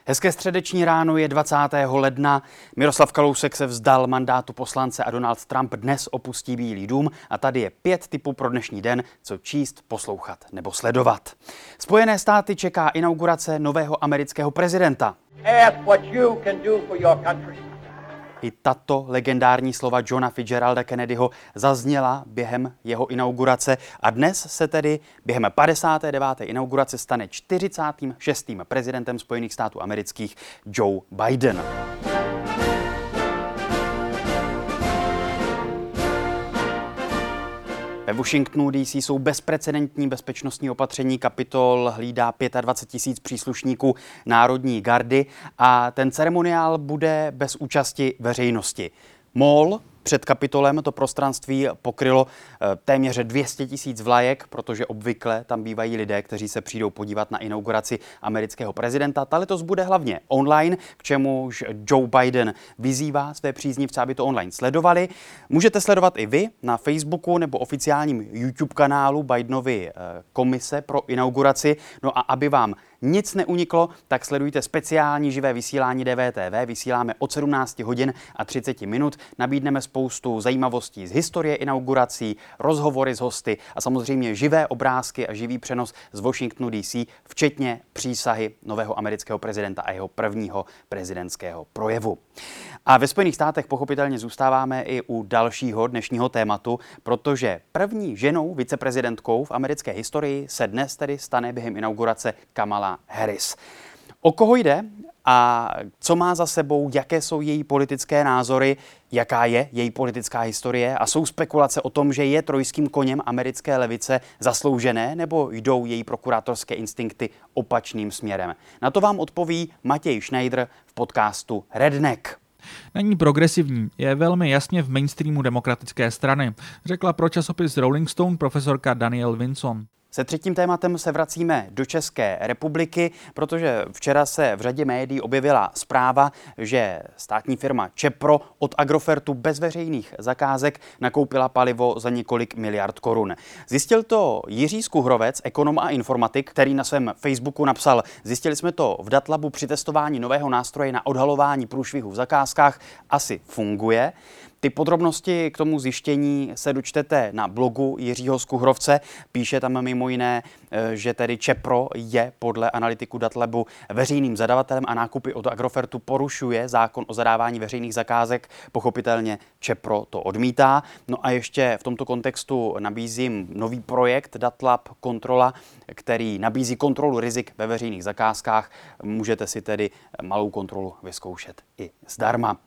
Hezké středeční ráno je 20. ledna. Miroslav Kalousek se vzdal mandátu poslance a Donald Trump dnes opustí Bílý dům a tady je 5 tipů pro dnešní den, co číst, poslouchat nebo sledovat. Spojené státy čeká inaugurace nového amerického prezidenta. Ask what you can do for your country. I tato legendární slova Johna Fitzgeralda Kennedyho zazněla během jeho inaugurace a dnes se tedy během 59. inaugurace stane 46. prezidentem Spojených států amerických Joe Biden. Ve Washingtonu DC jsou bezprecedentní bezpečnostní opatření. Kapitol hlídá 25 000 příslušníků Národní gardy a ten ceremoniál bude bez účasti veřejnosti. Mall před Kapitolem to prostranství pokrylo téměř 200 000 vlajek, protože obvykle tam bývají lidé, kteří se přijdou podívat na inauguraci amerického prezidenta. Ta letos bude hlavně online, k čemuž Joe Biden vyzývá své příznivce, aby to online sledovali. Můžete sledovat i vy na Facebooku nebo oficiálním YouTube kanálu Bidenovy komise pro inauguraci. No a aby vám nic neuniklo, tak sledujte speciální živé vysílání DVTV. Vysíláme od 17 hodin a 30 minut. Nabídneme spoustu zajímavostí z historie inaugurací, rozhovory s hosty a samozřejmě živé obrázky a živý přenos z Washingtonu DC, včetně přísahy nového amerického prezidenta a jeho prvního prezidentského projevu. A ve Spojených státech pochopitelně zůstáváme i u dalšího dnešního tématu, protože první ženou viceprezidentkou v americké historii se dnes tedy stane během inaugurace Kamala Harris. O koho jde a co má za sebou, jaké jsou její politické názory, jaká je její politická historie a jsou spekulace o tom, že je trojským koněm americké levice zasloužené nebo jdou její prokurátorské instinkty opačným směrem. Na to vám odpoví Matěj Schneider v podcastu Redneck. Není progresivní, je velmi jasně v mainstreamu demokratické strany, řekla pro časopis Rolling Stone profesorka Danielle Vinson. Se třetím tématem se vracíme do České republiky, protože včera se v řadě médií objevila zpráva, že státní firma Čepro od Agrofertu bez veřejných zakázek nakoupila palivo za několik miliard korun. Zjistil to Jiří Skuhrovec, ekonom a informatik, který na svém Facebooku napsal: zjistili jsme to v Datlabu při testování nového nástroje na odhalování průšvihů v zakázkách, asi funguje. Ty podrobnosti k tomu zjištění se dočtete na blogu Jiřího Skuhrovce. Píše tam mimo jiné, že tedy Čepro je podle analytiku Datlabu veřejným zadavatelem a nákupy od Agrofertu porušuje zákon o zadávání veřejných zakázek. Pochopitelně Čepro to odmítá. No a ještě v tomto kontextu nabízím nový projekt Datlab Kontrola, který nabízí kontrolu rizik ve veřejných zakázkách. Můžete si tedy malou kontrolu vyzkoušet i zdarma.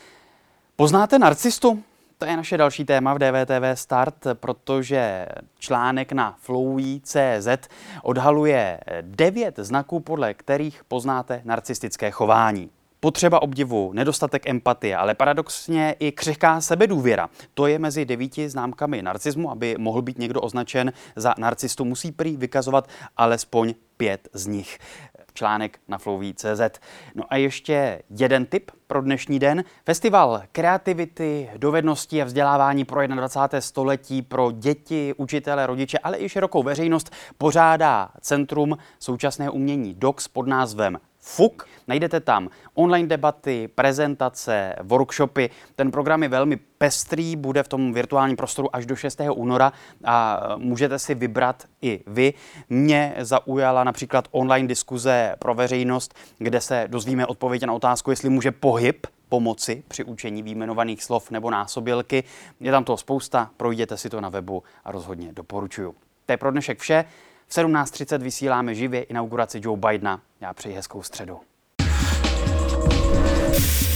Poznáte narcistu? To je naše další téma v DVTV Start, protože článek na Flowey.cz odhaluje 9 znaků, podle kterých poznáte narcistické chování. Potřeba obdivu, nedostatek empatie, ale paradoxně i křehká sebedůvěra. To je mezi 9 známkami narcismu. Aby mohl být někdo označen za narcistu, musí prý vykazovat alespoň 5 z nich. Článek na Flowey.cz. No a ještě jeden tip pro dnešní den. Festival kreativity, dovedností a vzdělávání pro 21. století pro děti, učitele, rodiče, ale i širokou veřejnost pořádá Centrum současného umění DOX pod názvem FUK. Najdete tam online debaty, prezentace, workshopy. Ten program je velmi pestrý, bude v tom virtuálním prostoru až do 6. února a můžete si vybrat i vy. Mě zaujala například online diskuze pro veřejnost, kde se dozvíme odpověď na otázku, jestli může pohyb pomoci při učení vyjmenovaných slov nebo násobilky. Je tam toho spousta, projděte si to na webu a rozhodně doporučuju. To je pro dnešek vše. V 17:30 vysíláme živě inauguraci Joe Bidena. Já přeji hezkou středu.